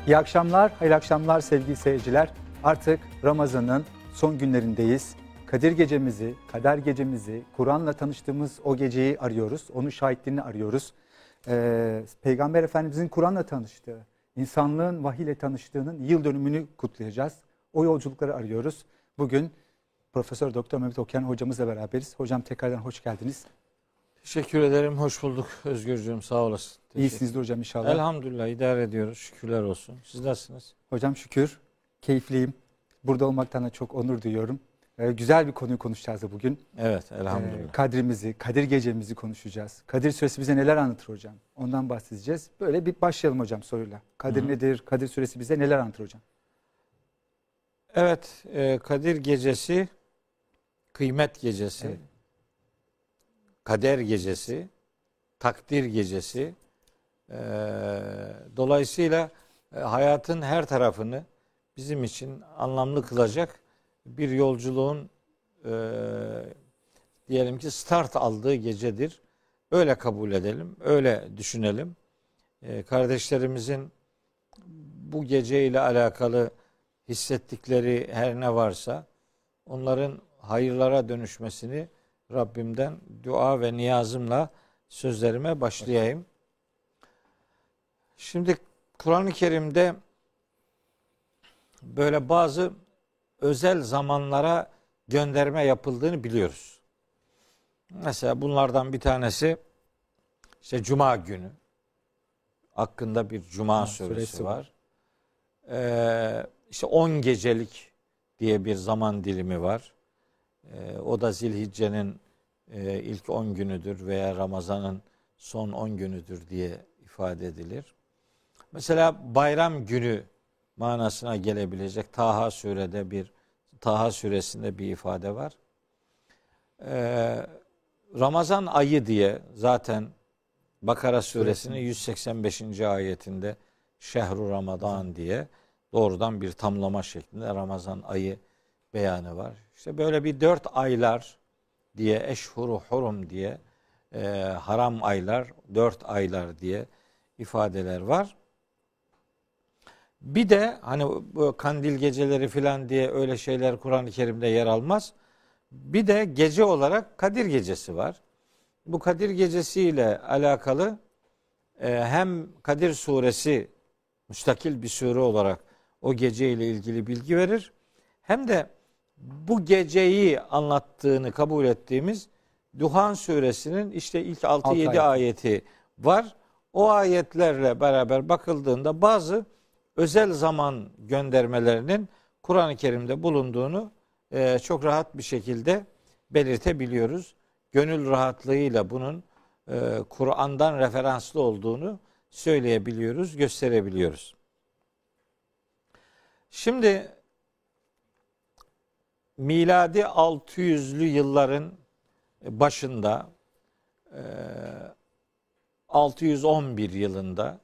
İyi akşamlar, hayırlı akşamlar sevgili seyirciler. Artık Ramazan'ın son günlerindeyiz. Kadir gecemizi, kader gecemizi, Kur'an'la tanıştığımız o geceyi arıyoruz. Onun şahitliğini arıyoruz. Peygamber Efendimizin Kur'an'la tanıştığı, insanlığın vahiy ile tanıştığının yıl dönümünü kutlayacağız. O yolculukları arıyoruz. Bugün Profesör Doktor Mehmet Okuyan hocamızla beraberiz. Hocam tekrardan hoş geldiniz. Teşekkür ederim. Hoş bulduk Özgürcüğüm. Sağ olasın. İyisinizdir hocam inşallah. Elhamdülillah idare ediyoruz. Şükürler olsun. Siz nasılsınız? Hocam şükür. Keyifliyim. Burada olmaktan da çok onur duyuyorum. Güzel bir konuyu konuşacağız bugün. Evet elhamdülillah. Kadrimizi, Kadir gecemizi konuşacağız. Kadir Suresi bize neler anlatır hocam? Ondan bahsedeceğiz. Böyle bir başlayalım hocam soruyla. Kadir nedir? Kadir Suresi bize neler anlatır hocam? Evet, Kadir gecesi, kıymet gecesi, evet. Kader gecesi, takdir gecesi. Dolayısıyla hayatın her tarafını bizim için anlamlı kılacak bir yolculuğun diyelim ki start aldığı gecedir. Öyle kabul edelim, öyle düşünelim. Kardeşlerimizin bu geceyle alakalı hissettikleri her ne varsa onların hayırlara dönüşmesini Rabbimden dua ve niyazımla sözlerime başlayayım. Şimdi Kur'an-ı Kerim'de böyle bazı özel zamanlara gönderme yapıldığını biliyoruz. Mesela bunlardan bir tanesi işte Cuma günü. Hakkında bir Cuma suresi var. İşte 10 gecelik diye bir zaman dilimi var. O da Zilhicce'nin ilk 10 günüdür veya Ramazan'ın son 10 günüdür diye ifade edilir. Mesela bayram günü manasına gelebilecek Taha suresinde bir ifade var. Ramazan ayı diye zaten Bakara suresinin 185. ayetinde Şehru Ramazan diye doğrudan bir tamlama şeklinde Ramazan ayı beyanı var. İşte böyle bir 4 aylar diye eşhuru hurum diye haram aylar, 4 aylar diye ifadeler var. Bir de hani bu kandil geceleri filan diye öyle şeyler Kur'an-ı Kerim'de yer almaz. Bir de gece olarak Kadir Gecesi var. Bu Kadir Gecesi ile alakalı hem Kadir Suresi müstakil bir sure olarak o gece ile ilgili bilgi verir. Hem de bu geceyi anlattığını kabul ettiğimiz Duhan Suresinin işte ilk 6-7 ayeti var. O ayetlerle beraber bakıldığında bazı özel zaman göndermelerinin Kur'an-ı Kerim'de bulunduğunu çok rahat bir şekilde belirtebiliyoruz. Gönül rahatlığıyla bunun Kur'an'dan referanslı olduğunu söyleyebiliyoruz, gösterebiliyoruz. Şimdi miladi 600'lü yılların başında 611 yılında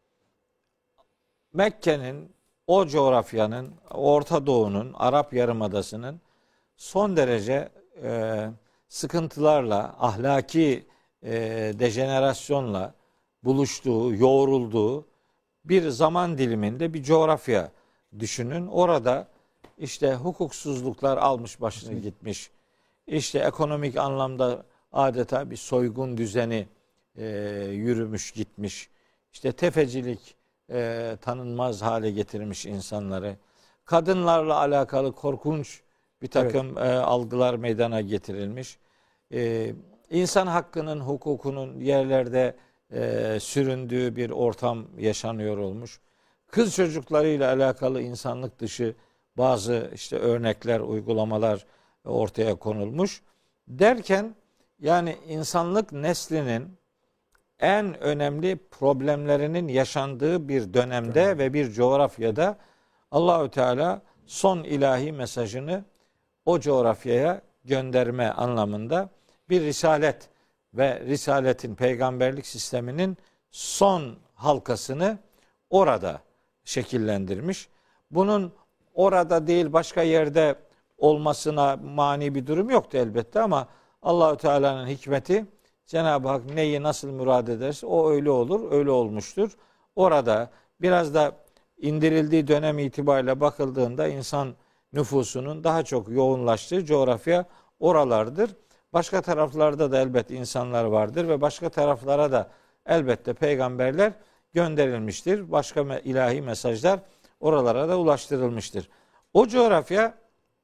Mekke'nin, o coğrafyanın, Orta Doğu'nun, Arap Yarımadası'nın son derece sıkıntılarla, ahlaki dejenerasyonla buluştuğu, yoğrulduğu bir zaman diliminde bir coğrafya düşünün. Orada işte hukuksuzluklar almış başını gitmiş. İşte ekonomik anlamda adeta bir soygun düzeni yürümüş gitmiş. İşte tefecilik tanınmaz hale getirmiş insanları. Kadınlarla alakalı korkunç bir takım algılar meydana getirilmiş. İnsan hakkının, hukukunun yerlerde süründüğü bir ortam yaşanıyor olmuş. Kız çocuklarıyla alakalı insanlık dışı bazı işte örnekler, uygulamalar ortaya konulmuş. Derken yani insanlık neslinin en önemli problemlerinin yaşandığı bir dönemde ve bir coğrafyada Allahü Teala son ilahi mesajını o coğrafyaya gönderme anlamında bir risalet ve risaletin, peygamberlik sisteminin son halkasını orada şekillendirmiş. Bunun orada değil başka yerde olmasına mani bir durum yoktu elbette ama Allahü Teala'nın hikmeti, Cenab-ı Hak neyi nasıl murad ederse o öyle olur, öyle olmuştur. Orada biraz da indirildiği dönem itibariyle bakıldığında insan nüfusunun daha çok yoğunlaştığı coğrafya oralardır. Başka taraflarda da elbet insanlar vardır ve başka taraflara da elbette peygamberler gönderilmiştir. Başka ilahi mesajlar oralara da ulaştırılmıştır. O coğrafya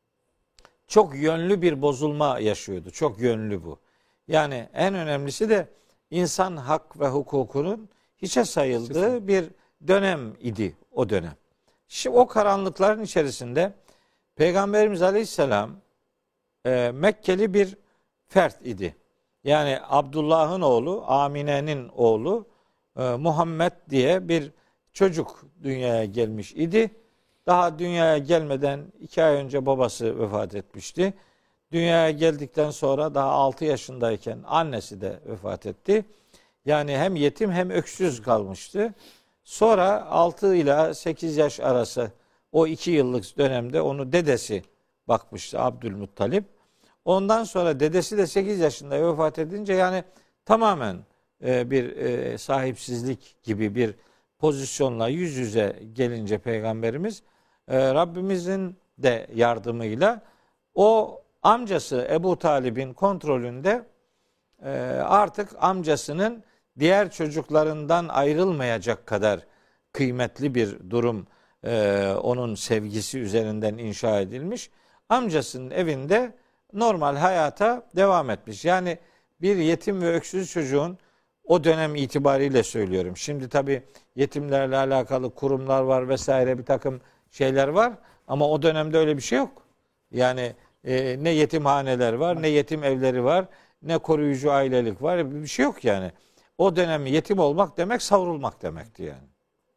çok yönlü bir bozulma yaşıyordu. Çok yönlü bu. Yani en önemlisi de insan hak ve hukukunun hiçe sayıldığı bir dönem idi o dönem. Şimdi o karanlıkların içerisinde Peygamberimiz Aleyhisselam Mekkeli bir fert idi. Yani Abdullah'ın oğlu, Amine'nin oğlu Muhammed diye bir çocuk dünyaya gelmiş idi. Daha dünyaya gelmeden 2 ay önce babası vefat etmişti. Dünyaya geldikten sonra daha 6 yaşındayken annesi de vefat etti. Yani hem yetim hem öksüz kalmıştı. Sonra 6 ile 8 yaş arası o 2 yıllık dönemde onu dedesi bakmıştı, Abdülmuttalip. Ondan sonra dedesi de 8 yaşında vefat edince yani tamamen bir sahipsizlik gibi bir pozisyonla yüz yüze gelince Peygamberimiz Rabbimizin de yardımıyla o amcası Ebu Talib'in kontrolünde artık amcasının diğer çocuklarından ayrılmayacak kadar kıymetli bir durum onun sevgisi üzerinden inşa edilmiş. Amcasının evinde normal hayata devam etmiş. Yani bir yetim ve öksüz çocuğun o dönem itibariyle söylüyorum. Şimdi tabii yetimlerle alakalı kurumlar var vesaire bir takım şeyler var ama o dönemde öyle bir şey yok. Yani ne yetimhaneler var, ne yetim evleri var, ne koruyucu ailelik var. Bir şey yok yani. O dönem yetim olmak demek savrulmak demekti yani.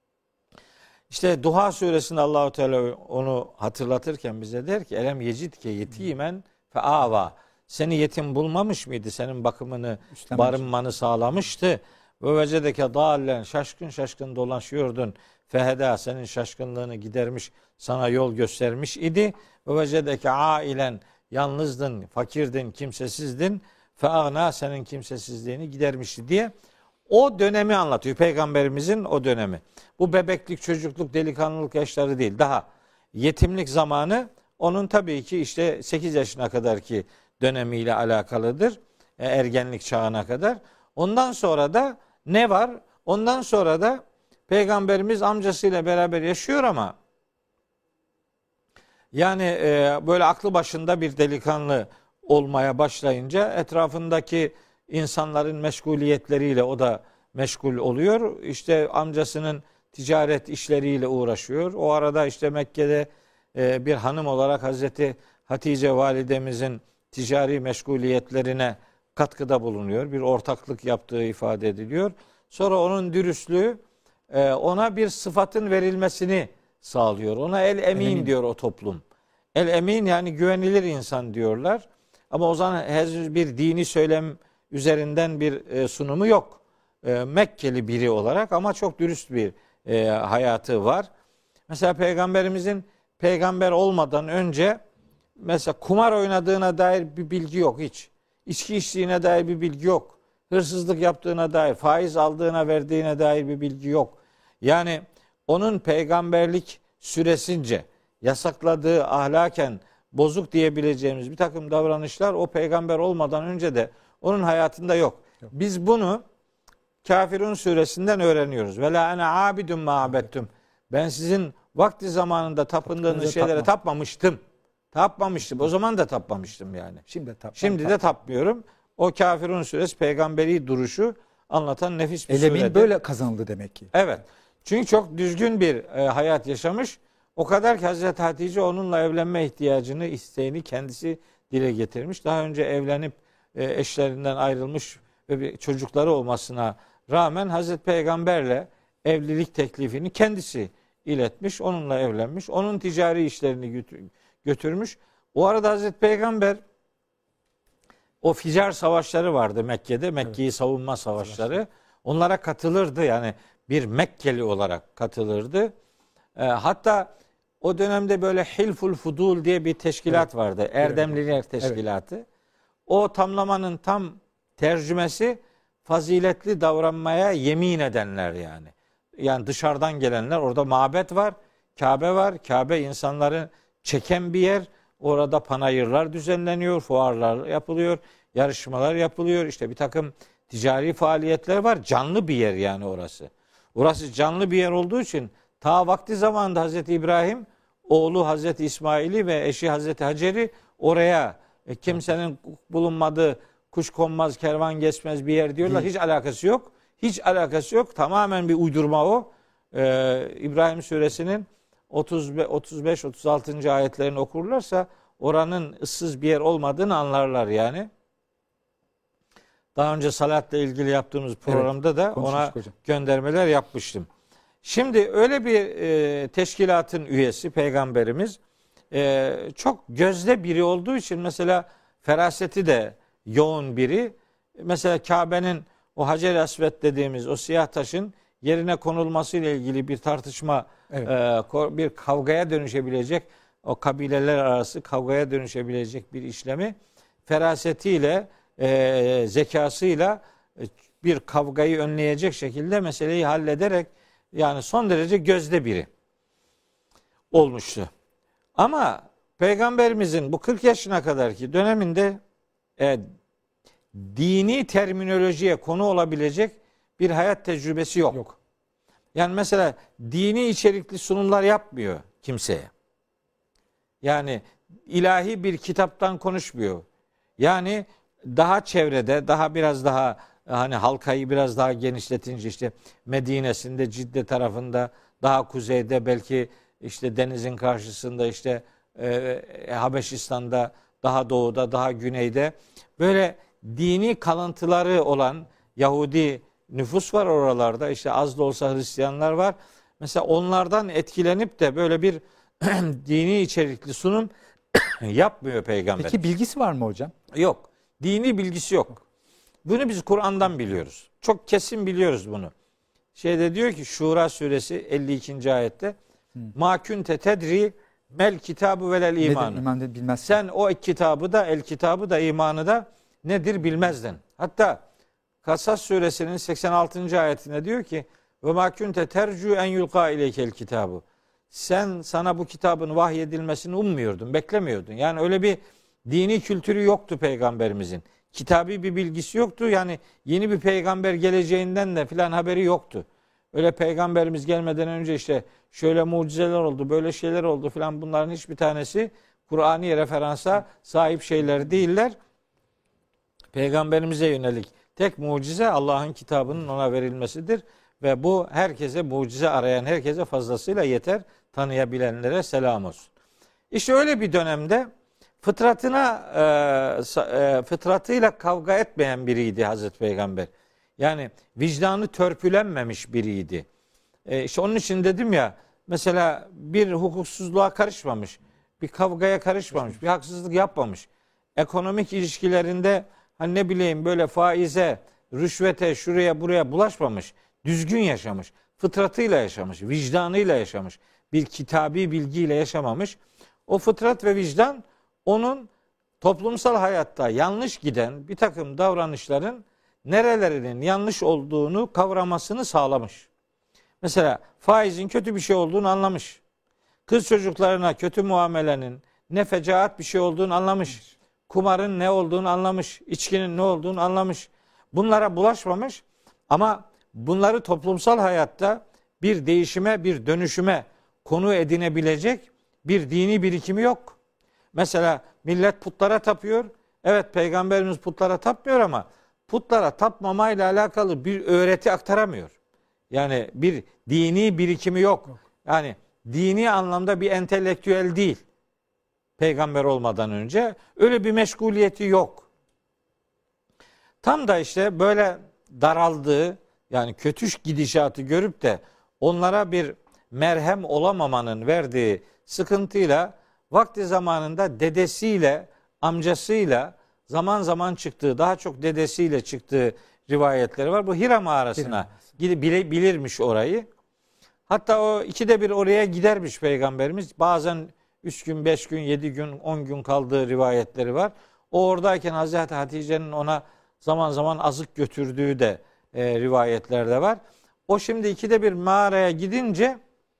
İşte Duha suresinde Allahu Teala onu hatırlatırken bize der ki elem yecidke yetimen fe ava. Seni yetim bulmamış mıydı? Senin bakımını, barınmanı sağlamıştı. Ve vecedeke dallen şaşkın şaşkın dolaşıyordun. Feheda senin şaşkınlığını gidermiş, sana yol göstermiş idi. Ve vecedeke ailen yalnızdın, fakirdin, kimsesizdin. Feagna senin kimsesizliğini gidermişti diye o dönemi anlatıyor. Peygamberimizin o dönemi. Bu bebeklik, çocukluk, delikanlılık yaşları değil. Daha yetimlik zamanı onun tabii ki işte 8 yaşına kadarki dönemiyle alakalıdır. Ergenlik çağına kadar. Ondan sonra da ne var? Ondan sonra da Peygamberimiz amcasıyla beraber yaşıyor ama yani böyle aklı başında bir delikanlı olmaya başlayınca etrafındaki insanların meşguliyetleriyle o da meşgul oluyor. İşte amcasının ticaret işleriyle uğraşıyor. O arada işte Mekke'de bir hanım olarak Hazreti Hatice validemizin ticari meşguliyetlerine katkıda bulunuyor. Bir ortaklık yaptığı ifade ediliyor. Sonra onun dürüstlüğü ona bir sıfatın verilmesini sağlıyor. Ona el emin diyor o toplum. El emin yani güvenilir insan diyorlar. Ama o zaman henüz bir dini söylem üzerinden bir sunumu yok. Mekkeli biri olarak ama çok dürüst bir hayatı var. Mesela Peygamberimizin peygamber olmadan önce mesela kumar oynadığına dair bir bilgi yok hiç. İçki içtiğine dair bir bilgi yok. Hırsızlık yaptığına dair, faiz aldığına verdiğine dair bir bilgi yok. Yani onun peygamberlik süresince yasakladığı ahlaken bozuk diyebileceğimiz bir takım davranışlar o peygamber olmadan önce de onun hayatında yok. Biz bunu Kafirun suresinden öğreniyoruz. Ve la ene abidun ma abettum. Ben sizin vakti zamanında tapındığınız şeylere tapmamıştım. Tapmamıştım. O zaman da tapmamıştım yani. Şimdi de tapmıyorum. O Kafirun suresi peygamberi duruşu anlatan nefis bir suredir. Elemin böyle kazanıldı demek ki. Evet. Çünkü çok düzgün bir hayat yaşamış. O kadar ki Hazreti Hatice onunla evlenme ihtiyacını, isteğini kendisi dile getirmiş. Daha önce evlenip eşlerinden ayrılmış ve bir çocukları olmasına rağmen Hazreti Peygamberle evlilik teklifini kendisi iletmiş. Onunla evlenmiş. Onun ticari işlerini götürmüş. O arada Hazreti Peygamber o Ficar savaşları vardı Mekke'de. Mekke'yi savunma savaşları. Onlara katılırdı. Yani bir Mekkeli olarak katılırdı. Hatta o dönemde böyle Hilful Fudul diye bir teşkilat vardı. Erdemliler Teşkilatı. Evet. O tamlamanın tam tercümesi faziletli davranmaya yemin edenler yani. yani dışarıdan gelenler, orada mabet var, Kabe var. Kabe insanları çeken bir yer. Orada panayırlar düzenleniyor, fuarlar yapılıyor, yarışmalar yapılıyor. İşte bir takım ticari faaliyetler var. Canlı bir yer yani orası. Orası canlı bir yer olduğu için ta vakti zamanında Hazreti İbrahim oğlu Hazreti İsmail'i ve eşi Hazreti Hacer'i oraya kimsenin bulunmadığı, kuş konmaz, kervan geçmez bir yer diyorlar. Hiç alakası yok. Hiç alakası yok. Tamamen bir uydurma o. İbrahim suresinin 35-36. ayetlerini okurlarsa oranın ıssız bir yer olmadığını anlarlar yani. Daha önce salatla ilgili yaptığımız programda da ona hocam göndermeler yapmıştım. Şimdi öyle bir teşkilatın üyesi Peygamberimiz çok gözde biri olduğu için mesela feraseti de yoğun biri. Mesela Kabe'nin o Hacer-i Esved dediğimiz o siyah taşın yerine konulması ile ilgili bir tartışma, bir kavgaya dönüşebilecek, o kabileler arası kavgaya dönüşebilecek bir işlemi ferasetiyle, zekasıyla bir kavgayı önleyecek şekilde meseleyi hallederek yani son derece gözde biri olmuştu. Ama Peygamberimizin bu 40 yaşına kadarki döneminde dini terminolojiye konu olabilecek bir hayat tecrübesi yok. Yani mesela dini içerikli sunumlar yapmıyor kimseye. Yani ilahi bir kitaptan konuşmuyor. Yani daha çevrede, daha biraz daha hani halkayı biraz daha genişletince işte Medine'sinde, Cidde tarafında, daha kuzeyde belki işte denizin karşısında işte Habeşistan'da, daha doğuda, daha güneyde böyle dini kalıntıları olan Yahudi nüfus var oralarda. İşte az da olsa Hristiyanlar var. Mesela onlardan etkilenip de böyle bir dini içerikli sunum yapmıyor Peygamber. Peki bilgisi var mı hocam? Yok. Dini bilgisi yok. Bunu biz Kur'an'dan biliyoruz. Çok kesin biliyoruz bunu. Şeyde diyor ki Şura suresi 52. ayette Ma kunte tedri mel kitabu velel imanı. Sen o kitabı da el kitabı da imanı da nedir bilmezdin. Hatta Kasas suresinin 86. ayetinde diyor ki ve ma kunte tercu en yulqa ileykel kitabı. Sen sana bu kitabın vahyedilmesini ummuyordun, beklemiyordun. Yani öyle bir dini kültürü yoktu Peygamberimizin. Kitabi bir bilgisi yoktu. Yani yeni bir peygamber geleceğinden de filan haberi yoktu. Öyle Peygamberimiz gelmeden önce işte şöyle mucizeler oldu, böyle şeyler oldu filan, bunların hiçbir tanesi Kur'ani referansa sahip şeyler değiller. Peygamberimize yönelik tek mucize Allah'ın kitabının ona verilmesidir. Ve bu herkese, mucize arayan herkese fazlasıyla yeter. Tanıyabilenlere selam olsun. İşte öyle bir dönemde fıtratıyla kavga etmeyen biriydi Hazreti Peygamber. Yani vicdanı törpülenmemiş biriydi. İşte onun için dedim ya, mesela bir hukuksuzluğa karışmamış, bir kavgaya karışmamış, bir haksızlık yapmamış. Ekonomik ilişkilerinde hani ne bileyim böyle faize, rüşvete, şuraya buraya bulaşmamış. Düzgün yaşamış. Fıtratıyla yaşamış. Vicdanıyla yaşamış. Bir kitabi bilgiyle yaşamamış. O fıtrat ve vicdan onun toplumsal hayatta yanlış giden bir takım davranışların nerelerinin yanlış olduğunu kavramasını sağlamış. Mesela faizin kötü bir şey olduğunu anlamış. Kız çocuklarına kötü muamelenin ne fecaat bir şey olduğunu anlamış. Kumarın ne olduğunu anlamış. İçkinin ne olduğunu anlamış. Bunlara bulaşmamış ama bunları toplumsal hayatta bir değişime, bir dönüşüme konu edinebilecek bir dini birikimi yok. Mesela millet putlara tapıyor. Evet, Peygamberimiz putlara tapmıyor ama putlara tapmamayla alakalı bir öğreti aktaramıyor. Yani bir dini birikimi yok. Yani dini anlamda bir entelektüel değil. Peygamber olmadan önce öyle bir meşguliyeti yok. Tam da işte böyle daraldığı, yani kötü gidişatı görüp de onlara bir merhem olamamanın verdiği sıkıntıyla vakti zamanında dedesiyle, amcasıyla zaman zaman çıktığı, daha çok dedesiyle çıktığı rivayetleri var. Bu Hira mağarasına gidip bilirmiş orayı. Hatta o ikide bir oraya gidermiş Peygamberimiz. Bazen 3 gün, 5 gün, 7 gün, 10 gün kaldığı rivayetleri var. O oradayken Hazreti Hatice'nin ona zaman zaman azık götürdüğü de rivayetlerde var. O şimdi ikide bir mağaraya gidince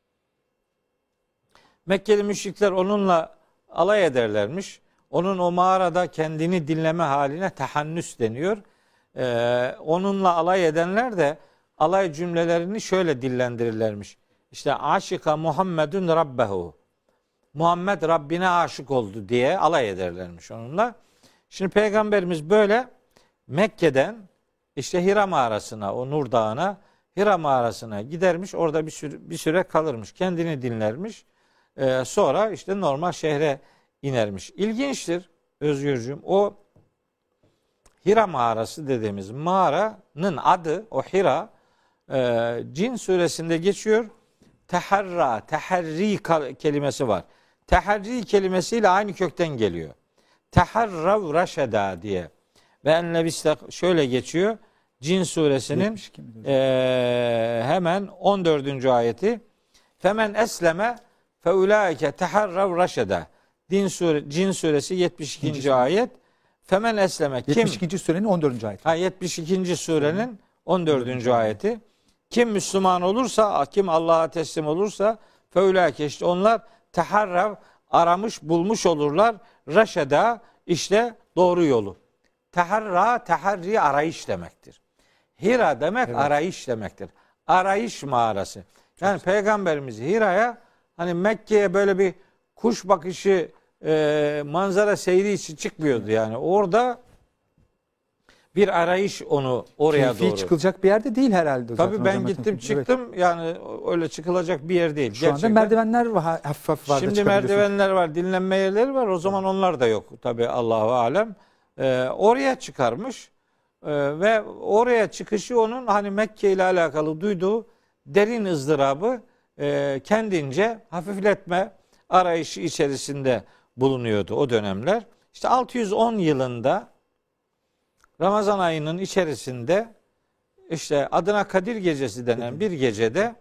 Mekkeli müşrikler onunla alay ederlermiş. Onun o mağarada kendini dinleme haline tehannüs deniyor. Onunla alay edenler de alay cümlelerini şöyle dillendirirlermiş. İşte aşika Muhammedun Rabbehu. Muhammed Rabbine aşık oldu diye alay ederlermiş onunla. Şimdi Peygamberimiz böyle Mekke'den işte Hira mağarasına, o Nur Dağı'na, Hira mağarasına gidermiş. Orada bir süre kalırmış. Kendini dinlermiş. Sonra işte normal şehre inermiş. İlginçtir Özgürcüğüm. O Hira mağarası dediğimiz mağaranın adı, o Hira, Cin suresinde geçiyor. Teherri kelimesi var. Teherri kelimesiyle aynı kökten geliyor. Teharrav raşeda diye. Ve enlebiste şöyle geçiyor. Cin suresinin hemen 14. ayeti. Femen esleme feulaike teharrav raşeda. Cin suresi 72. ayet. Femen esleme. 72. surenin 14. ayeti. 72. surenin 14. ayeti. Kim Müslüman olursa, kim Allah'a teslim olursa feulaike, işte onlar teharrav, aramış bulmuş olurlar. Raşeda, işte doğru yolu. Teharri arayış demektir. Hira demek arayış demektir. Arayış mağarası. Yani Peygamberimiz Hira'ya hani Mekke'ye böyle bir kuş bakışı manzara seyri için çıkmıyordu yani. Orada bir arayış onu oraya Keyfi doğru. çıkılacak bir yerde değil herhalde. Tabii ben gittim çıktım. Evet. Yani öyle çıkılacak bir yer değil. Şu gerçekten. anda merdivenler var, hafif var. Şimdi merdivenler var, dinlenme yerleri var. O zaman onlar da yok tabii, Allahu alem. Oraya çıkarmış ve oraya çıkışı onun hani Mekke ile alakalı duyduğu derin ızdırabı kendince hafifletme arayışı içerisinde bulunuyordu o dönemler. İşte 610 yılında Ramazan ayının içerisinde işte adına Kadir Gecesi denen bir gecede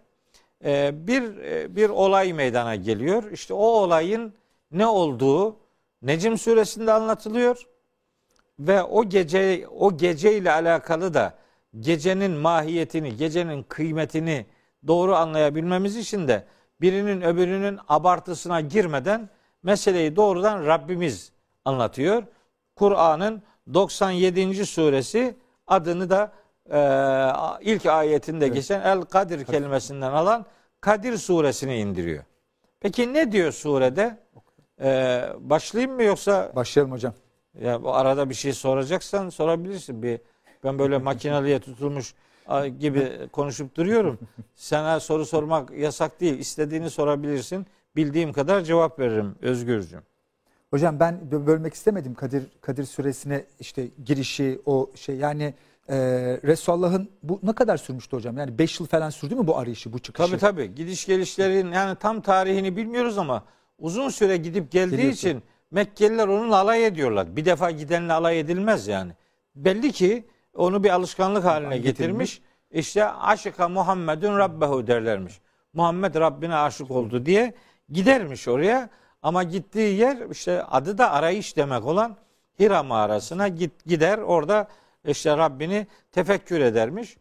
bir olay meydana geliyor. İşte o olayın ne olduğu Necm suresinde anlatılıyor ve o gece ile alakalı da gecenin mahiyetini, gecenin kıymetini doğru anlayabilmemiz için de birinin öbürünün abartısına girmeden meseleyi doğrudan Rabbimiz anlatıyor. Kur'an'ın 97. suresi adını da ilk ayetinde geçen El Kadir kelimesinden alan Kadir suresini indiriyor. Peki ne diyor surede? Başlayayım mı yoksa? Başlayalım hocam. Ya bu arada bir şey soracaksan sorabilirsin. Ben böyle makinalıya tutulmuş gibi konuşup duruyorum. Sana soru sormak yasak değil. İstediğini sorabilirsin. Bildiğim kadar cevap veririm Özgürcüğüm. Hocam ben bölmek istemedim Kadir suresine, işte girişi o şey yani Resulullah'ın bu ne kadar sürmüştü hocam? Yani 5 yıl falan sürdü mü bu arayışı, bu çıkışı? Tabii. Gidiş gelişlerin yani tam tarihini bilmiyoruz ama uzun süre gidip geldiği için Mekkeliler onunla alay ediyorlar. Bir defa gidenle alay edilmez yani. Belli ki onu bir alışkanlık haline getirmiş. İşte aşıka Muhammedun Rabbehu derlermiş. Muhammed Rabbine aşık oldu diye gidermiş oraya. Ama gittiği yer işte adı da arayış demek olan Hira mağarasına gider. Orada işte Rabbini tefekkür edermiş.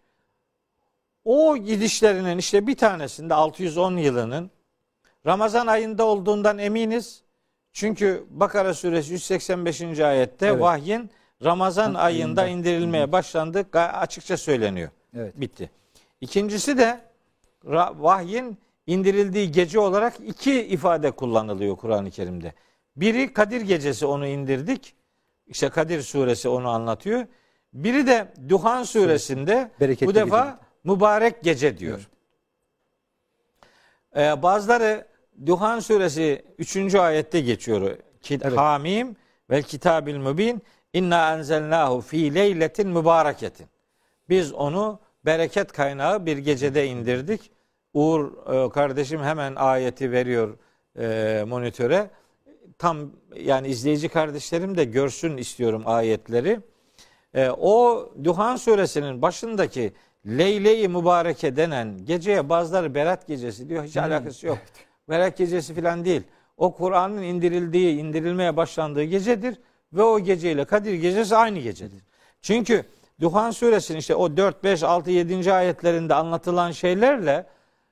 O gidişlerinin işte bir tanesinde 610 yılının Ramazan ayında olduğundan eminiz. Çünkü Bakara suresi 185. ayette vahyin Ramazan ayında indirilmeye başlandığı açıkça söyleniyor. Evet. Bitti. İkincisi de vahyin indirildiği gece olarak iki ifade kullanılıyor Kur'an-ı Kerim'de. Biri Kadir Gecesi, onu indirdik. İşte Kadir suresi onu anlatıyor. Biri de Duhan suresinde bu defa gece, mübarek gece diyor. Evet. Bazıları Duhan suresi 3. ayette geçiyor. Hamim vel kitabil mübin inna enzelnahu fi leyletin mübareketin. Biz onu bereket kaynağı bir gecede indirdik. Uğur kardeşim hemen ayeti veriyor monitöre. Tam yani izleyici kardeşlerim de görsün istiyorum ayetleri. O Duhan suresinin başındaki Leyle-i Mübareke denen geceye bazıları Berat gecesi diyor. Hiç alakası yok. Berat gecesi falan değil. O Kur'an'ın indirilmeye başlandığı gecedir ve o geceyle Kadir gecesi aynı gecedir. Çünkü Duhan suresinin işte o 4, 5, 6, 7. ayetlerinde anlatılan şeylerle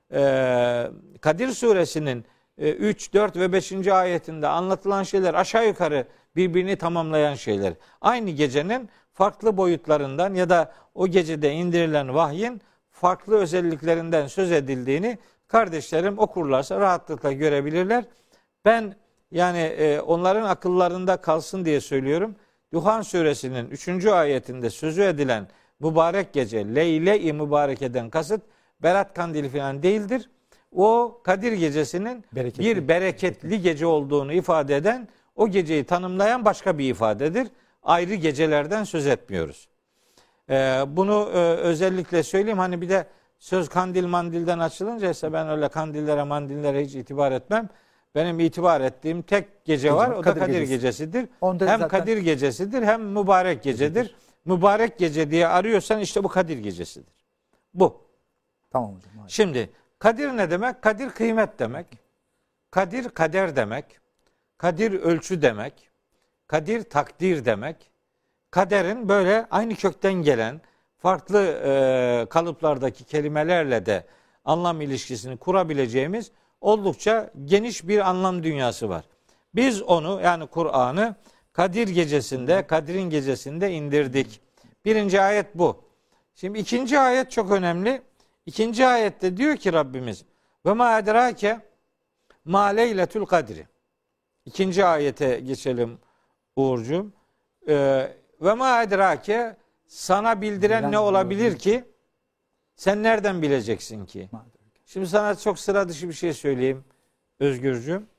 Kadir suresinin 3, 4 ve 5. ayetinde anlatılan şeyler aşağı yukarı birbirini tamamlayan şeyler. Aynı gecenin farklı boyutlarından ya da o gecede indirilen vahyin farklı özelliklerinden söz edildiğini kardeşlerim okurlarsa rahatlıkla görebilirler. Ben yani onların akıllarında kalsın diye söylüyorum. Duhan suresinin 3. ayetinde sözü edilen mübarek gece, Leyle-i Mübareke'den kasıt Berat Kandili falan değildir. O Kadir gecesinin bir bereketli gece olduğunu ifade eden, o geceyi tanımlayan başka bir ifadedir. Ayrı gecelerden söz etmiyoruz. Bunu özellikle söyleyeyim. Hani bir de söz kandil mandilden açılınca ise ben öyle kandillere mandillere hiç itibar etmem. Benim itibar ettiğim tek gece var. O da Kadir gecesidir. Hem Kadir gecesidir hem mübarek gecedir. Mübarek gece diye arıyorsan işte bu Kadir gecesidir. Bu. Tamam hocam. Hayır. Şimdi Kadir ne demek? Kadir kıymet demek. Kadir kader demek. Kadir ölçü demek. Kadir takdir demek. Kaderin böyle aynı kökten gelen farklı kalıplardaki kelimelerle de anlam ilişkisini kurabileceğimiz oldukça geniş bir anlam dünyası var. Biz onu yani Kur'an'ı Kadir gecesinde, Kadir'in gecesinde indirdik. 1. ayet bu. Şimdi 2. ayet çok önemli. 2. ayette diyor ki Rabbimiz ve ma edrake ma leyletül kadri. 2. ayete geçelim Uğurcuğum. Ve ma edrake sana bildiren ne olabilir ki? Sen nereden bileceksin ki? Şimdi sana çok sıra dışı bir şey söyleyeyim Özgürcüğüm.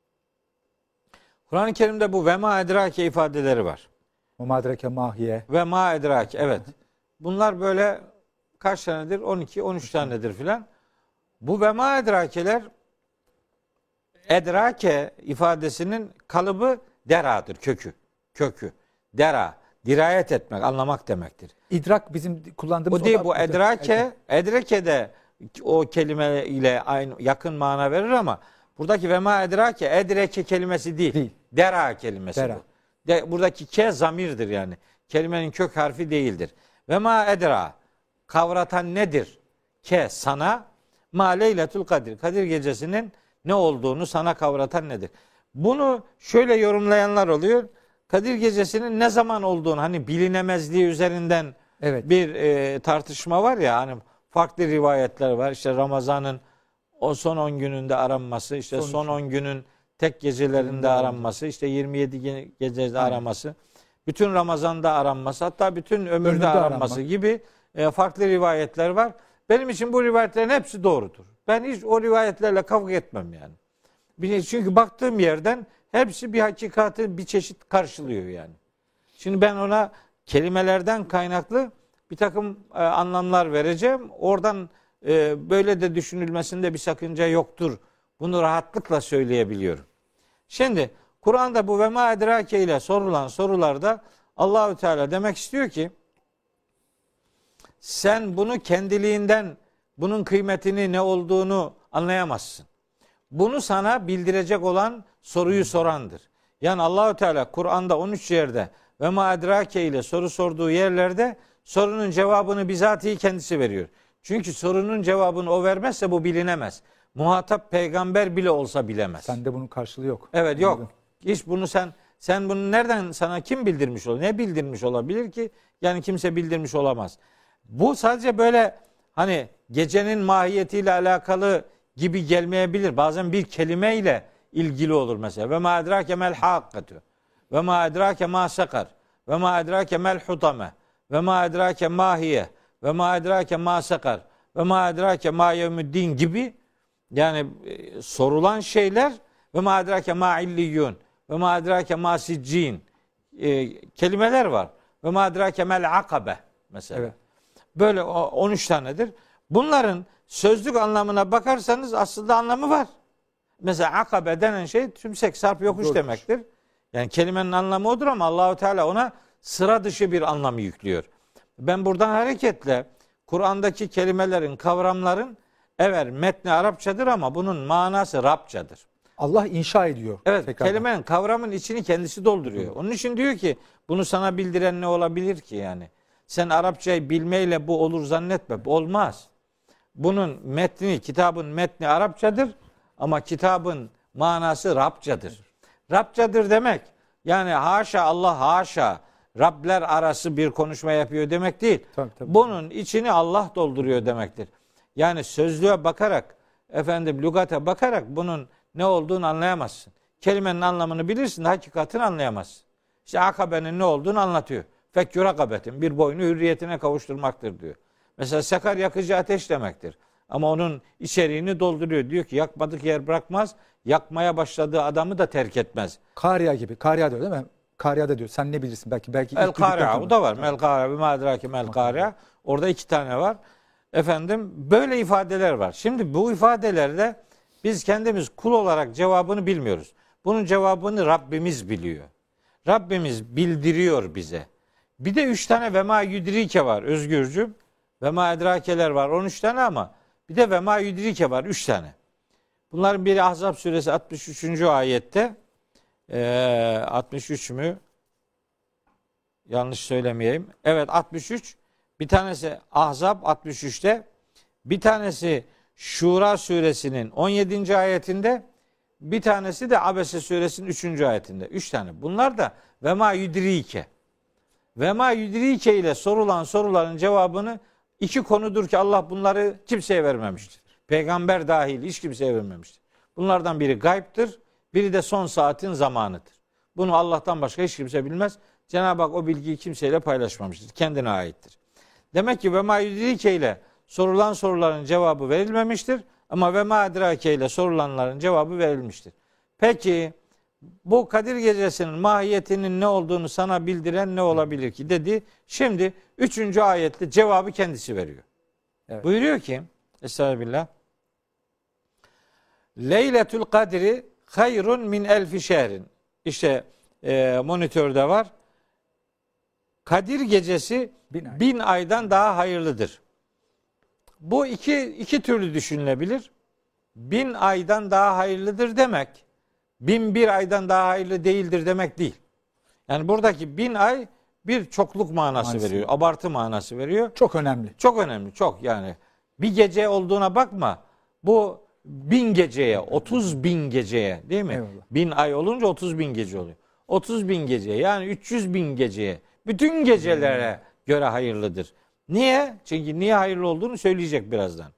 Kur'an-ı Kerim'de bu ve ma edrake ifadeleri var. Ve ma edrake mahiye. Ve ma edrake evet. Bunlar böyle kaç tanedir? 12, 13 tanedir filan. Bu ve ma edrakeler edrake ifadesinin kalıbı deradır, kökü. Dera, dirayet etmek, anlamak demektir. İdrak bizim kullandığımız o değil bu edreke de o kelime ile aynı yakın mana verir ama buradaki ve ma edrake edreke kelimesi değil. Dera kelimesi dera. bu. Buradaki ke zamirdir yani. Kelimenin kök harfi değildir. Ve ma edra kavratan nedir? Ke sana ma leyletul kadir. Kadir gecesinin ne olduğunu sana kavratan nedir? Bunu şöyle yorumlayanlar oluyor. Kadir gecesinin ne zaman olduğunu hani bilinemezliği üzerinden bir tartışma var ya hani farklı rivayetler var. İşte Ramazan'ın o son 10 gününde aranması, işte son 10 günün tek gecelerinde aranması, işte 27 gecede araması, bütün Ramazan'da aranması, hatta bütün ömürde aranması gibi farklı rivayetler var. Benim için bu rivayetlerin hepsi doğrudur. Ben hiç o rivayetlerle kavga etmem yani. Çünkü baktığım yerden hepsi bir hakikati bir çeşit karşılıyor yani. Şimdi ben ona kelimelerden kaynaklı bir takım anlamlar vereceğim. Oradan böyle de düşünülmesinde bir sakınca yoktur. Bunu rahatlıkla söyleyebiliyorum. Şimdi Kur'an'da bu ve ma edrake ile sorulan sorularda Allahü Teala demek istiyor ki sen bunu kendiliğinden bunun kıymetini ne olduğunu anlayamazsın. Bunu sana bildirecek olan soruyu sorandır. Yani Allahü Teala Kur'an'da 13 yerde ve ma edrake ile soru sorduğu yerlerde sorunun cevabını bizatihi kendisi veriyor. Çünkü sorunun cevabını o vermezse bu bilinemez. Muhatap peygamber bile olsa bilemez. Sende bunun karşılığı yok. Evet yok. Hiç bunu sen bunu nereden sana kim bildirmiş olur? Ne bildirmiş olabilir ki? Yani kimse bildirmiş olamaz. Bu sadece böyle hani gecenin mahiyetiyle alakalı gibi gelmeyebilir. Bazen bir kelimeyle ilgili olur mesela. Ve ma edrake mel hakkatu. Ve ma edrake ma sakar. Ve ma edrake mel hutame. Ve ma edrake mahiye. Ve ma edrake ma sakar. Ve ma edrake ma yevmüddin gibi yani sorulan şeyler ve ma edrake ma illiyyun ve ma edrake ma siccin kelimeler var. Ve ma edrake mel akabe mesela. Evet. Böyle 13 tanedir. Bunların sözlük anlamına bakarsanız aslında anlamı var. Mesela akabe denen şey tümsek, sarp, yokuş demektir. Yani kelimenin anlamı odur ama Allahu Teala ona sıra dışı bir anlamı yüklüyor. Ben buradan hareketle Kur'an'daki kelimelerin, kavramların evet metni Arapçadır ama bunun manası Rabçadır. Allah inşa ediyor. Evet, kelimenin, kavramın içini kendisi dolduruyor. Onun için diyor ki bunu sana bildiren ne olabilir ki yani? Sen Arapçayı bilmeyle bu olur zannetme. Olmaz. Bunun metni, kitabın metni Arapçadır ama kitabın manası Rabçadır. Rabçadır demek yani haşa Allah haşa Rabler arası bir konuşma yapıyor demek değil. Tabii, tabii. Bunun içini Allah dolduruyor demektir. Yani sözlüğe bakarak, lügate bakarak bunun ne olduğunu anlayamazsın. Kelimenin anlamını bilirsin, hakikatini anlayamazsın. İşte akabenin ne olduğunu anlatıyor. Fekkür akabetin, bir boynu hürriyetine kavuşturmaktır diyor. Mesela sekar yakıcı ateş demektir. Ama onun içeriğini dolduruyor. Diyor ki yakmadık yer bırakmaz, yakmaya başladığı adamı da terk etmez. Kariya gibi. Kariya diyor değil mi? Kariya da diyor. Sen ne bilirsin? Belki El ilk duyduktan Kariya sonra. o da var. Mel Kariya, bima edrake mel Kariya. Orada 2 tane var. Böyle ifadeler var. Şimdi bu ifadelerde biz kendimiz kul olarak cevabını bilmiyoruz. Bunun cevabını Rabbimiz biliyor. Rabbimiz bildiriyor bize. Bir de 3 tane ve ma yudrike var Özgürcüm. Ve ma edrakeler var 13 tane ama bir de ve ma yudrike var 3 tane. Bunların biri Ahzab suresi 63. ayette 63 mü? Yanlış söylemeyeyim. Evet 63. Bir tanesi Ahzab 63'te. Bir tanesi Şura suresinin 17. ayetinde. Bir tanesi de Abese suresinin 3. ayetinde. 3 tane. Bunlar da ve ma yudrike. Ve ma yudrike ile sorulan soruların cevabını 2 konudur ki Allah bunları kimseye vermemiştir. Peygamber dahil hiç kimseye vermemiştir. Bunlardan biri gaybdır, biri de son saatin zamanıdır. Bunu Allah'tan başka hiç kimse bilmez. Cenab-ı Hak o bilgiyi kimseyle paylaşmamıştır. Kendine aittir. Demek ki ve ma yudrike ile sorulan soruların cevabı verilmemiştir. Ama ve ma edrake ile sorulanların cevabı verilmiştir. Peki bu Kadir Gecesi'nin mahiyetinin ne olduğunu sana bildiren ne olabilir ki dedi. Şimdi 3. ayette cevabı kendisi veriyor. Evet. Buyuruyor ki Estağfirullah. Leyletül Kadri hayrun min elfi şehrin. İşte monitörde var. Kadir Gecesi 1000 aydan daha hayırlıdır. Bu iki türlü düşünülebilir. 1000 aydan daha hayırlıdır demek 1001 aydan daha hayırlı değildir demek değil. Yani buradaki 1000 ay bir çokluk manası veriyor. Abartı manası veriyor. Çok önemli. Çok önemli. Çok yani. Bir gece olduğuna bakma. Bu 1000 geceye, 30.000 geceye değil mi? Eyvallah. 1000 ay olunca 30.000 gece oluyor. 30.000 geceye yani 300.000 geceye bütün gecelere göre hayırlıdır. Niye? Çünkü niye hayırlı olduğunu söyleyecek birazdan.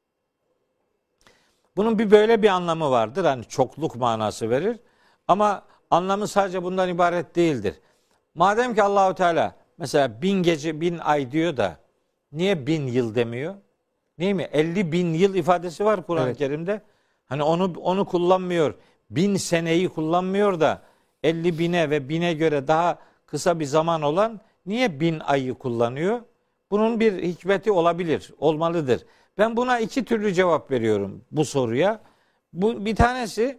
Bunun böyle bir anlamı vardır. Hani çokluk manası verir. Ama anlamı sadece bundan ibaret değildir. Madem ki Allahu Teala mesela 1000 gece 1000 ay diyor da niye 1000 yıl demiyor? Değil mi? 50.000 yıl ifadesi var Kur'an-ı Kerim'de. Hani onu kullanmıyor. 1000 seneyi kullanmıyor da 50.000'e ve 1000'e göre daha kısa bir zaman olan niye 1000 ayı kullanıyor? Bunun bir hikmeti olabilir, olmalıdır. Ben buna 2 türlü cevap veriyorum bu soruya. Bu bir tanesi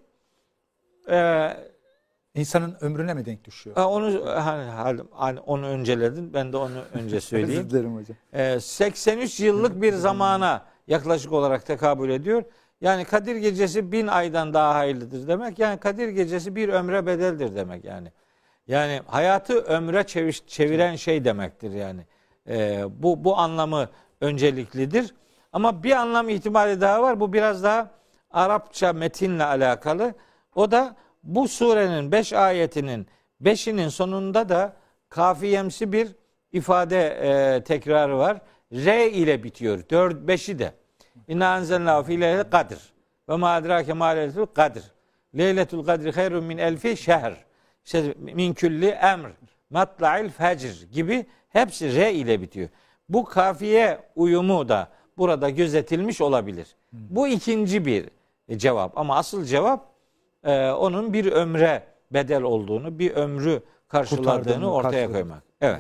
İnsanın ömrüne mi denk düşüyor? Onu önceledin. Ben de onu önce söyleyeyim. Özür dilerim hocam. 83 yıllık bir zamana yaklaşık olarak tekabül ediyor. Yani Kadir Gecesi 1000 aydan daha hayırlıdır demek. Yani Kadir Gecesi bir ömre bedeldir demek yani. Yani hayatı ömre çeviren şey demektir yani. Bu anlamı önceliklidir. Ama bir anlam ihtimali daha var. Bu biraz daha Arapça metinle alakalı. O da bu surenin 5 ayetinin 5'inin sonunda da kafiyemsi bir ifade tekrarı var. R ile bitiyor. 5'i de. İnna enzelnahu fi leyletil kadr. Ve ma edrake ma leyletul kadr. Leyletul kadri hayrun min elfi şehr. İşte min külli emr. Matla'il fecr gibi hepsi R ile bitiyor. Bu kafiye uyumu da burada gözetilmiş olabilir. Bu ikinci bir cevap. Ama asıl cevap onun bir ömre bedel olduğunu, bir ömrü karşıladığını ortaya koymak. Evet.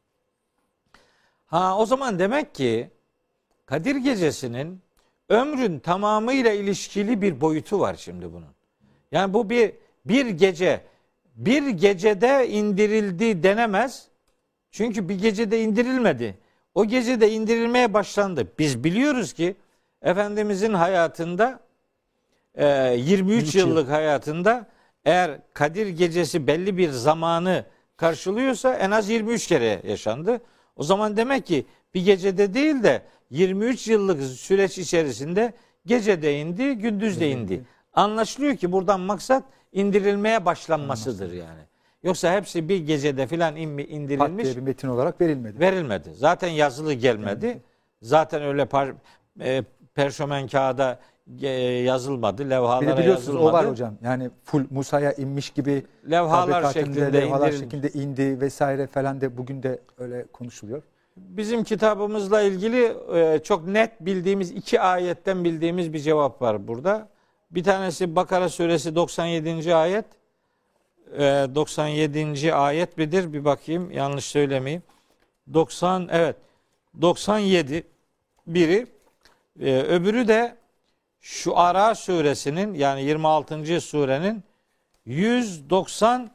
O zaman demek ki Kadir Gecesi'nin ömrün tamamıyla ilişkili bir boyutu var şimdi bunun. Yani bu bir gecede indirildi denemez. Çünkü bir gecede indirilmedi. O gecede indirilmeye başlandı. Biz biliyoruz ki Efendimizin hayatında 23 yıllık hayatında eğer Kadir Gecesi belli bir zamanı karşılıyorsa en az 23 kere yaşandı. O zaman demek ki bir gecede değil de 23 yıllık süreç içerisinde gece de indi, gündüz de indi. Anlaşılıyor ki buradan maksat indirilmeye başlanmasıdır yani. Yoksa hepsi bir gecede filan indirilmiş. Pat diye bir metin olarak verilmedi. Verilmedi. Zaten yazılı gelmedi. Zaten öyle perşömen kağıda yazılmadı. Bir Levhalara de biliyorsunuz yazılmadı. o var hocam. Yani full Musa'ya inmiş gibi Levhalar tabikatinde şeklinde levhalar indirilmiş. şeklinde indi vesaire falan de bugün de öyle konuşuluyor. Bizim kitabımızla ilgili çok net bildiğimiz 2 ayetten bildiğimiz bir cevap var burada. Bir tanesi Bakara suresi 97. ayet. 97. ayet midir? Bir bakayım yanlış söylemeyeyim. 97 biri. Öbürü de Şuara suresinin yani 26. surenin 190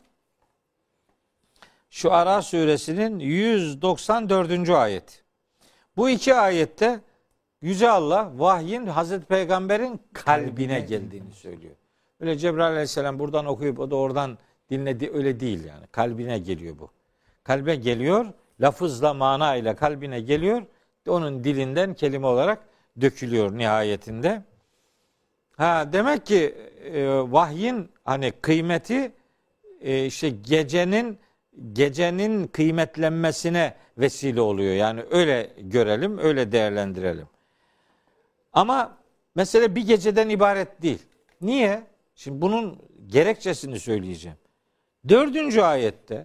Şuara suresinin 194. ayet. Bu 2 ayette Yüce Allah vahyin Hazreti Peygamber'in kalbine geldiğini söylüyor. Öyle Cebrail Aleyhisselam buradan okuyup o da oradan dinledi öyle değil yani. Kalbine geliyor bu. Kalbe geliyor, lafızla mana ile kalbine geliyor. Onun dilinden kelime olarak dökülüyor nihayetinde. Demek ki vahyin hani kıymeti işte gecenin kıymetlenmesine vesile oluyor. Yani öyle görelim, öyle değerlendirelim. Ama mesele bir geceden ibaret değil. Niye? Şimdi bunun gerekçesini söyleyeceğim. 4. ayette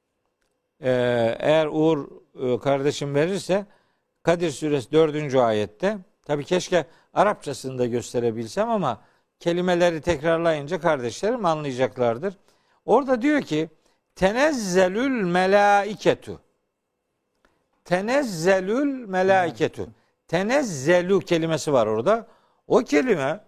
eğer Uğur kardeşim verirse Kadir suresi 4. ayette tabii keşke Arapçasını da gösterebilsem ama kelimeleri tekrarlayınca kardeşlerim anlayacaklardır. Orada diyor ki tenezzelül melaiketu. Tenezzelül melaiketu. Tenezzelu kelimesi var orada. O kelime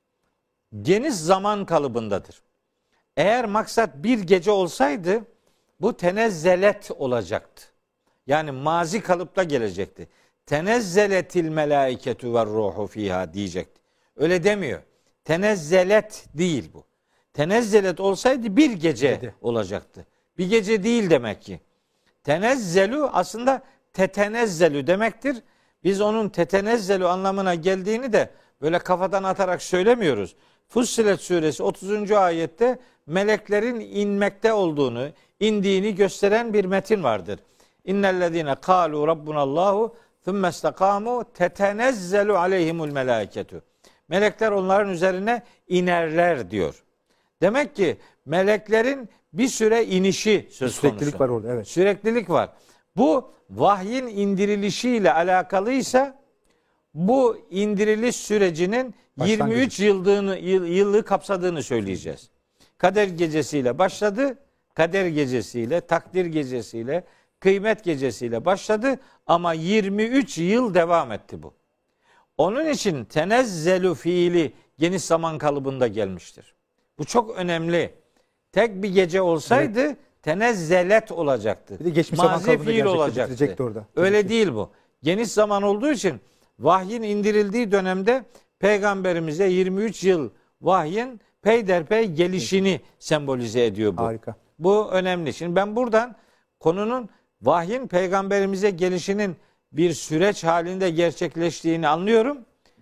geniş zaman kalıbındadır. Eğer maksat bir gece olsaydı bu tenezzelet olacaktı. Yani mazi kalıpta gelecekti. Tenezzeletil melaiketu ve ruhu fiha diyecekti. Öyle demiyor. Tenezzelet değil bu. Tenezzelet olsaydı bir gece olacaktı. Bir gece değil demek ki. Tenezzelu aslında tetenezzelü demektir. Biz onun tetenezzelu anlamına geldiğini de böyle kafadan atarak söylemiyoruz. Fussilet suresi 30. ayette meleklerin inmekte olduğunu, indiğini gösteren bir metin vardır. İnnellezine kalu rabbunallahu thumme istakamu tetenezzelu aleyhimul melaiketu. Melekler onların üzerine inerler diyor. Demek ki meleklerin bir süre inişi söz konusu. Süreklilik var orada, evet. Süreklilik var. Bu vahyin indirilişiyle alakalıysa bu indiriliş sürecinin 23 yıllığı kapsadığını söyleyeceğiz. Kader gecesiyle başladı. Kader gecesiyle, takdir gecesiyle, kıymet gecesiyle başladı ama 23 yıl devam etti bu. Onun için tenezzelu fiili geniş zaman kalıbında gelmiştir. Bu çok önemli. Tek bir gece olsaydı tenezzelet olacaktı. Bir de geçmiş zaman Mazi kalıbında fiil olacaktı. orada. Öyle değil bu. Geniş zaman olduğu için vahyin indirildiği dönemde Peygamberimize 23 yıl vahyin peyderpey gelişini sembolize ediyor bu. Harika. Bu önemli. Şimdi ben buradan konunun vahyin peygamberimize gelişinin bir süreç halinde gerçekleştiğini anlıyorum.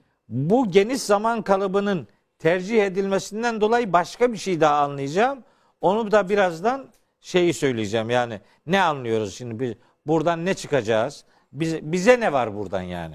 Bu geniş zaman kalıbının tercih edilmesinden dolayı başka bir şey daha anlayacağım. Onu da birazdan söyleyeceğim. Yani ne anlıyoruz şimdi? Buradan ne çıkacağız? Bize ne var buradan yani?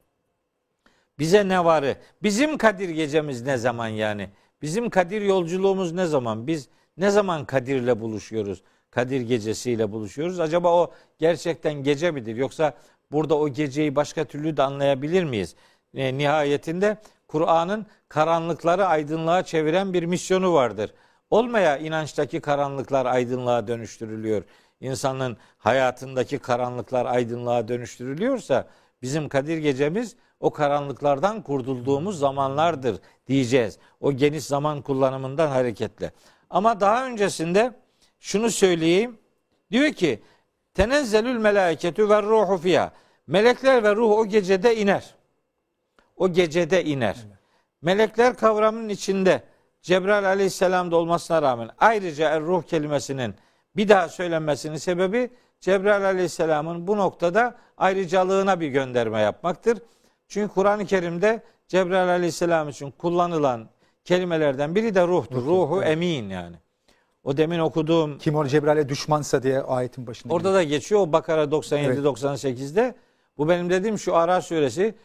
Bize ne varı? Bizim Kadir gecemiz ne zaman yani? Bizim Kadir yolculuğumuz ne zaman? Biz ne zaman Kadir'le buluşuyoruz? Kadir gecesiyle buluşuyoruz. Acaba o gerçekten gece midir? Yoksa burada o geceyi başka türlü de anlayabilir miyiz? Nihayetinde Kur'an'ın karanlıkları aydınlığa çeviren bir misyonu vardır. Olmaya inançtaki karanlıklar aydınlığa dönüştürülüyor. İnsanın hayatındaki karanlıklar aydınlığa dönüştürülüyorsa bizim Kadir gecemiz o karanlıklardan kurtulduğumuz zamanlardır diyeceğiz. O geniş zaman kullanımından hareketle. Ama daha öncesinde şunu söyleyeyim. Diyor ki tenezzelül melaiketu ve ruhu fiha. Melekler ve ruh o gecede iner. O gecede iner. Melekler kavramının içinde Cebrail aleyhisselam'da olmasına rağmen ayrıca ruh kelimesinin bir daha söylenmesinin sebebi Cebrail aleyhisselamın bu noktada ayrıcalığına bir gönderme yapmaktır. Çünkü Kur'an-ı Kerim'de Cebrail aleyhisselam için kullanılan kelimelerden biri de ruhtur. Ruhu emin yani. O demin okuduğum Kim o Cebrail'e düşmansa diye ayetin başında. orada da geçiyor. O Bakara 97-98'de. Bu benim dediğim şu Ara suresi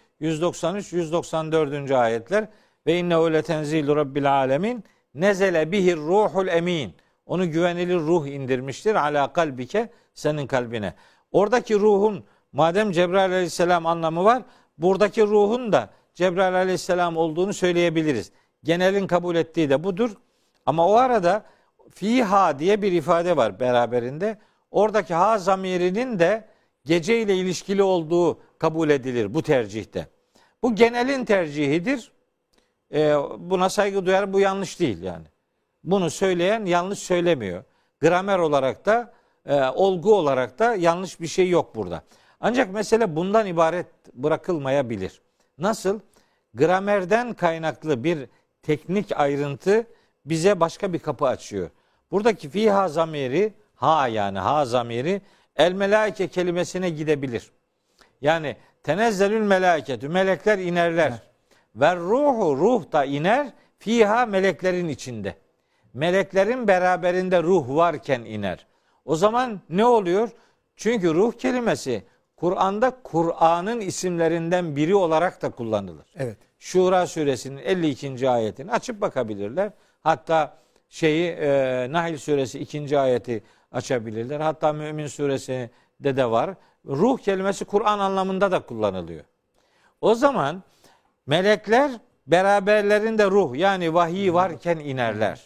193-194. ayetler. Ve innehu letenzilu rabbil alemin nezele bihir ruhul emin. Onu güvenilir ruh indirmiştir ala kalbike, senin kalbine. Oradaki ruhun madem Cebrail aleyhisselam anlamı var, buradaki ruhun da Cebrail aleyhisselam olduğunu söyleyebiliriz. Genelin kabul ettiği de budur. Ama o arada fiha diye bir ifade var beraberinde. Oradaki ha zamirinin de gece ile ilişkili olduğu kabul edilir bu tercihte. Bu genelin tercihidir. Buna saygı duyar, bu yanlış değil yani. Bunu söyleyen yanlış söylemiyor. Gramer olarak da olgu olarak da yanlış bir şey yok burada. Ancak mesele bundan ibaret bırakılmayabilir. Nasıl? Gramerden kaynaklı bir teknik ayrıntı bize başka bir kapı açıyor. Buradaki fiha zamiri, ha yani ha zamiri el melaike kelimesine gidebilir. Yani tenezzelül melaketü, melekler inerler. Ve ruhu, ruh da iner fiha, meleklerin içinde. Meleklerin beraberinde ruh varken iner. O zaman ne oluyor? Çünkü ruh kelimesi Kur'an'da Kur'an'ın isimlerinden biri olarak da kullanılır. Evet. Şura suresinin 52. ayetini açıp bakabilirler. Hatta Nahl suresi 2. ayeti açabilirler. Hatta Mümin suresinde de var. Ruh kelimesi Kur'an anlamında da kullanılıyor. O zaman melekler beraberlerinde ruh yani vahiy varken inerler.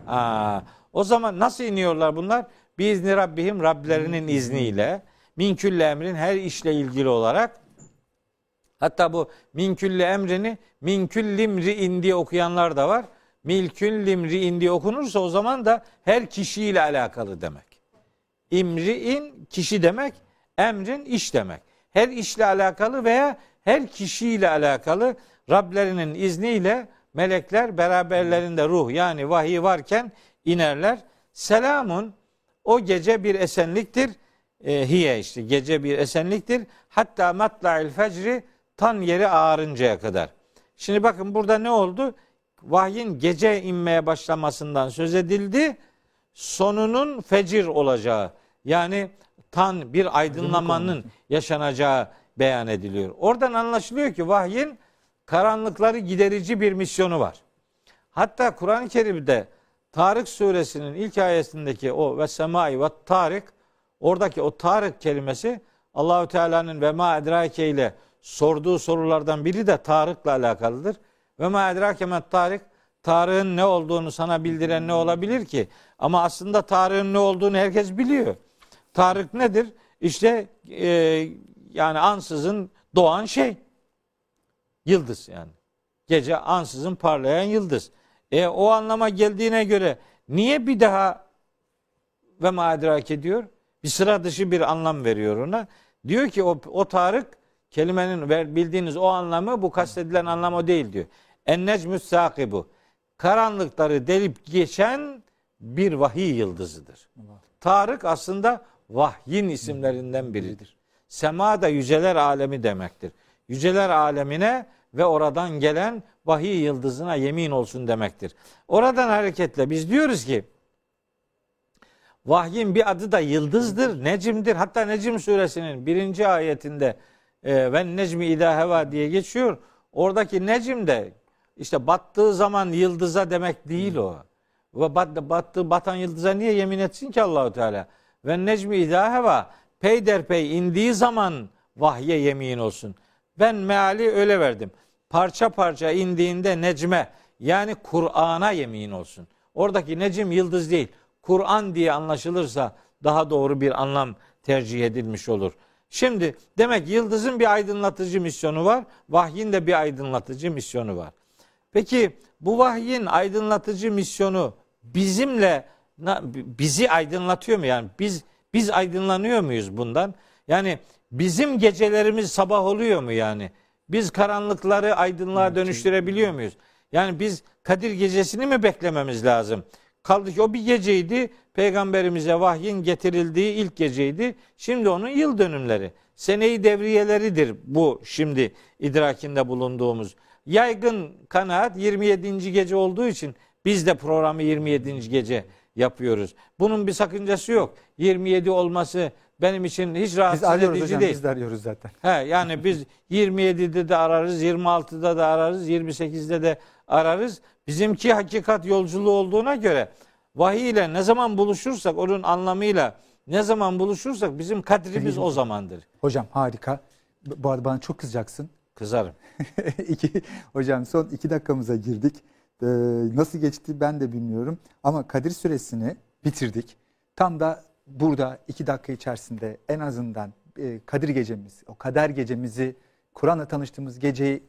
O zaman nasıl iniyorlar bunlar? Biizni Rabbihim, Rablerinin izniyle, min külli emrin, her işle ilgili olarak. Hatta bu min külli emrini min küllimri'in diye okuyanlar da var. Min küllimri'in diye okunursa o zaman da her kişiyle alakalı demek. İmri'in kişi demek, emrin iş demek. Her işle alakalı veya her kişiyle alakalı Rablerinin izniyle melekler beraberlerinde ruh yani vahiy varken inerler. Selamun, o gece bir esenliktir. Hiye işte gece bir esenliktir. Hatta matla'il fecri, tan yeri ağarıncaya kadar. Şimdi bakın burada ne oldu? Vahyin gece inmeye başlamasından söz edildi. Sonunun fecir olacağı yani tan bir aydınlamanın yaşanacağı beyan ediliyor. Oradan anlaşılıyor ki vahyin karanlıkları giderici bir misyonu var. Hatta Kur'an-ı Kerim'de Tarık suresinin ilk ayetindeki o ve semai ve tarik, oradaki o Tarık kelimesi Allahü Teala'nın ve ma edrake ile sorduğu sorulardan biri de Tarık'la alakalıdır. Ve ma edrake met tarik, Tarık'ın ne olduğunu sana bildiren ne olabilir ki? Ama aslında Tarık'ın ne olduğunu herkes biliyor. Tarık nedir? İşte yani ansızın doğan şey. Yıldız yani. Gece ansızın parlayan yıldız. O anlama geldiğine göre niye bir daha ve ma edrake diyor? Bir sıra dışı bir anlam veriyor ona. Diyor ki o Tarık kelimenin bildiğiniz o anlamı, bu kastedilen anlam o değil diyor. En-necmü's sakibu. Karanlıkları delip geçen bir vahiy yıldızıdır. Tarık aslında vahyin isimlerinden biridir. Sema da yüceler alemi demektir. Yüceler alemine ve oradan gelen vahiy yıldızına yemin olsun demektir. Oradan hareketle biz diyoruz ki vahyin bir adı da yıldızdır, necimdir. Hatta Necm suresinin 1. ayetinde ve necmi idâ heva diye geçiyor. Oradaki necim de işte battığı zaman yıldıza demek değil o. Ve batan yıldıza niye yemin etsin ki Allahu Teala? Ve necmi idâ heva, peyderpey indiği zaman vahye yemin olsun. Ben meali öyle verdim. Parça parça indiğinde necme yani Kur'an'a yemin olsun. Oradaki necim yıldız değil. Kur'an diye anlaşılırsa daha doğru bir anlam tercih edilmiş olur. Şimdi demek yıldızın bir aydınlatıcı misyonu var. Vahyin de bir aydınlatıcı misyonu var. Peki bu vahyin aydınlatıcı misyonu bizi aydınlatıyor mu? Yani biz aydınlanıyor muyuz bundan? Yani bizim gecelerimiz sabah oluyor mu yani? Biz karanlıkları aydınlığa dönüştürebiliyor muyuz? Yani biz Kadir gecesini mi beklememiz lazım? Kaldı ki o bir geceydi. Peygamberimize vahyin getirildiği ilk geceydi. Şimdi onun yıl dönümleri. Sene-i devriyeleridir bu şimdi idrakinde bulunduğumuz. Yaygın kanaat 27. gece olduğu için biz de programı 27. gece yapıyoruz. Bunun bir sakıncası yok. 27 olması benim için hiç rahatsız edici hocam, değil. biz de arıyoruz zaten. Yani biz 27'de de ararız, 26'da da ararız, 28'de de ararız. Bizimki hakikat yolculuğu olduğuna göre vahiy ile ne zaman buluşursak, onun anlamıyla ne zaman buluşursak bizim kadrimiz o zamandır. Hocam harika. Bu arada bana çok kızacaksın. Kızarım. Hocam son 2 dakikamıza girdik. Nasıl geçti ben de bilmiyorum. Ama Kadir Suresini bitirdik. Tam da burada 2 dakika içerisinde en azından Kadir gecemiz, o kader gecemizi, Kur'an'la tanıştığımız geceyi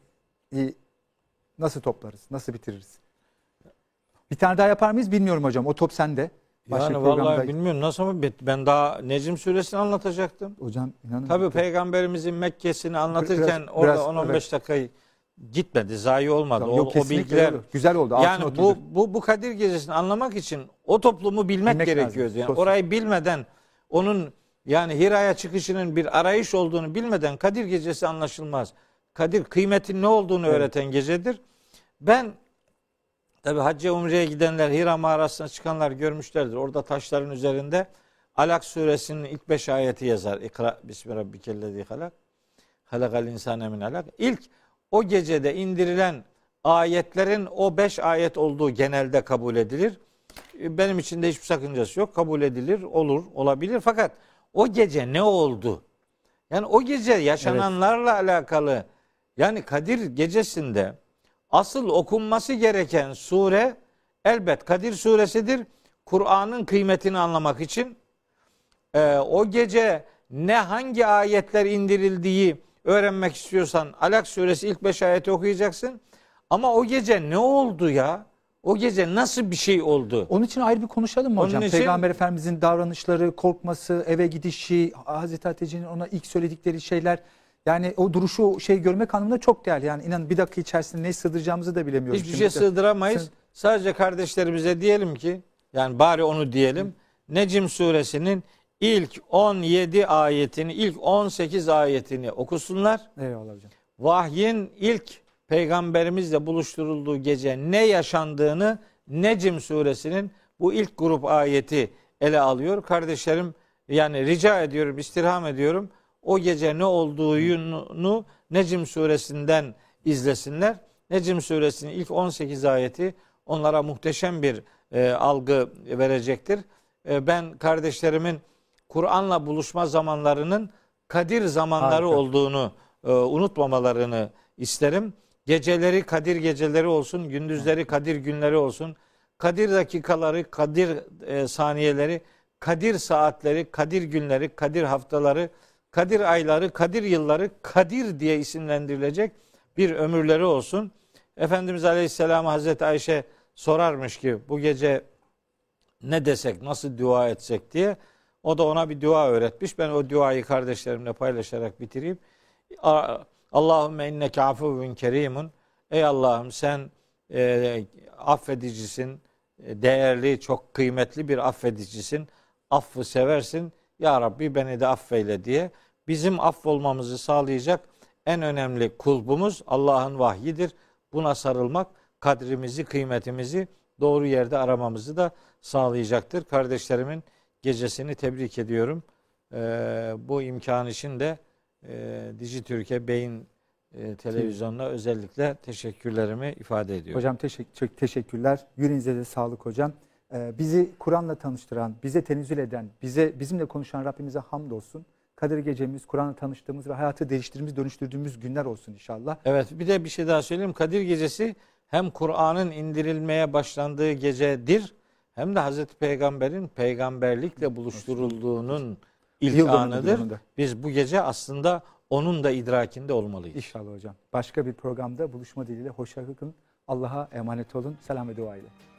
nasıl toplarız, nasıl bitiririz? Bir tane daha yapar mıyız bilmiyorum hocam. O top sende. Yani vallahi bilmiyorum nasıl mı? Ben daha Necm suresini anlatacaktım. Hocam inanın. Tabii Peygamberimizin Mekke'sini anlatırken orada 10-15 evet. dakikayı gitmedi, zayi olmadı. Yok, o bilgiler güzel oldu. Yani bu Kadir Gecesi'ni anlamak için o toplumu bilmek gerekiyordu. Yani orayı bilmeden, onun yani Hira'ya çıkışının bir arayış olduğunu bilmeden Kadir Gecesi anlaşılmaz. Kadir kıymetin ne olduğunu öğreten gecedir. Ben tabi hacca umreye gidenler, Hira mağarasına çıkanlar görmüşlerdir. Orada taşların üzerinde Alak suresinin ilk 5 ayeti yazar. İkra bismi rabbikellezî halak. Halakal insâne min alak. İlk o gecede indirilen ayetlerin o 5 ayet olduğu genelde kabul edilir. Benim için de hiçbir sakıncası yok. Kabul edilir, olur, olabilir. Fakat o gece ne oldu? Yani o gece yaşananlarla alakalı, yani Kadir Gecesi'nde asıl okunması gereken sure elbet Kadir suresidir. Kur'an'ın kıymetini anlamak için o gece hangi ayetler indirildiği öğrenmek istiyorsan Alak suresi ilk 5 ayeti okuyacaksın. Ama o gece ne oldu ya? O gece nasıl bir şey oldu? Onun için ayrı bir konuşalım mı hocam? Peygamber Efendimizin davranışları, korkması, eve gidişi, Hazreti Hatice'nin ona ilk söyledikleri şeyler. Yani o duruşu görmek anlamında çok değerli. Yani inan bir dakika içerisinde ne sığdıracağımızı da bilemiyoruz. Hiçbir şey sığdıramayız. Sadece kardeşlerimize diyelim ki, yani bari onu diyelim. Necm suresinin ilk 17 ayetini, ilk 18 ayetini okusunlar. Eyvallah hocam. Vahyin ilk Peygamberimizle buluşturulduğu gece ne yaşandığını Necm suresinin bu ilk grup ayeti ele alıyor. Kardeşlerim, yani rica ediyorum, istirham ediyorum. O gece ne olduğunu Necm suresinden izlesinler. Necm suresinin ilk 18 ayeti onlara muhteşem bir algı verecektir. Ben kardeşlerimin Kur'an'la buluşma zamanlarının Kadir zamanları olduğunu unutmamalarını isterim. Geceleri Kadir geceleri olsun, gündüzleri Kadir günleri olsun. Kadir dakikaları, Kadir saniyeleri, Kadir saatleri, Kadir günleri, Kadir haftaları, Kadir ayları, Kadir yılları, Kadir diye isimlendirilecek bir ömürleri olsun. Efendimiz Aleyhisselam Hazreti Ayşe sorarmış ki bu gece ne desek, nasıl dua etsek diye. O da ona bir dua öğretmiş. Ben o duayı kardeşlerimle paylaşarak bitireyim. Allahümme inneke afuvun kerimun. Ey Allah'ım sen affedicisin, değerli, çok kıymetli bir affedicisin. Affı seversin. Ya Rabbi beni de affeyle diye. Bizim affolmamızı sağlayacak en önemli kulbumuz Allah'ın vahyidir. Buna sarılmak kadrimizi, kıymetimizi doğru yerde aramamızı da sağlayacaktır. Kardeşlerimin gecesini tebrik ediyorum. Bu imkan için de Dijitürk'e, Beyin televizyonuna özellikle teşekkürlerimi ifade ediyorum. Hocam çok teşekkürler. Yüreğinize de sağlık hocam. Bizi Kur'an'la tanıştıran, bize tenezzül eden, bizimle konuşan Rabbimize hamdolsun. Kadir gecemiz, Kur'an'la tanıştığımız ve hayatı değiştirdiğimiz, dönüştürdüğümüz günler olsun inşallah. Evet, bir de bir şey daha söyleyeyim. Kadir gecesi hem Kur'an'ın indirilmeye başlandığı gecedir, hem de Hazreti Peygamber'in peygamberlikle buluşturulduğunun ilk anıdır. Biz bu gece aslında onun da idrakinde olmalıyız. İnşallah hocam. Başka bir programda buluşma dileğiyle hoşça kalın. Allah'a emanet olun. Selam ve dua ile.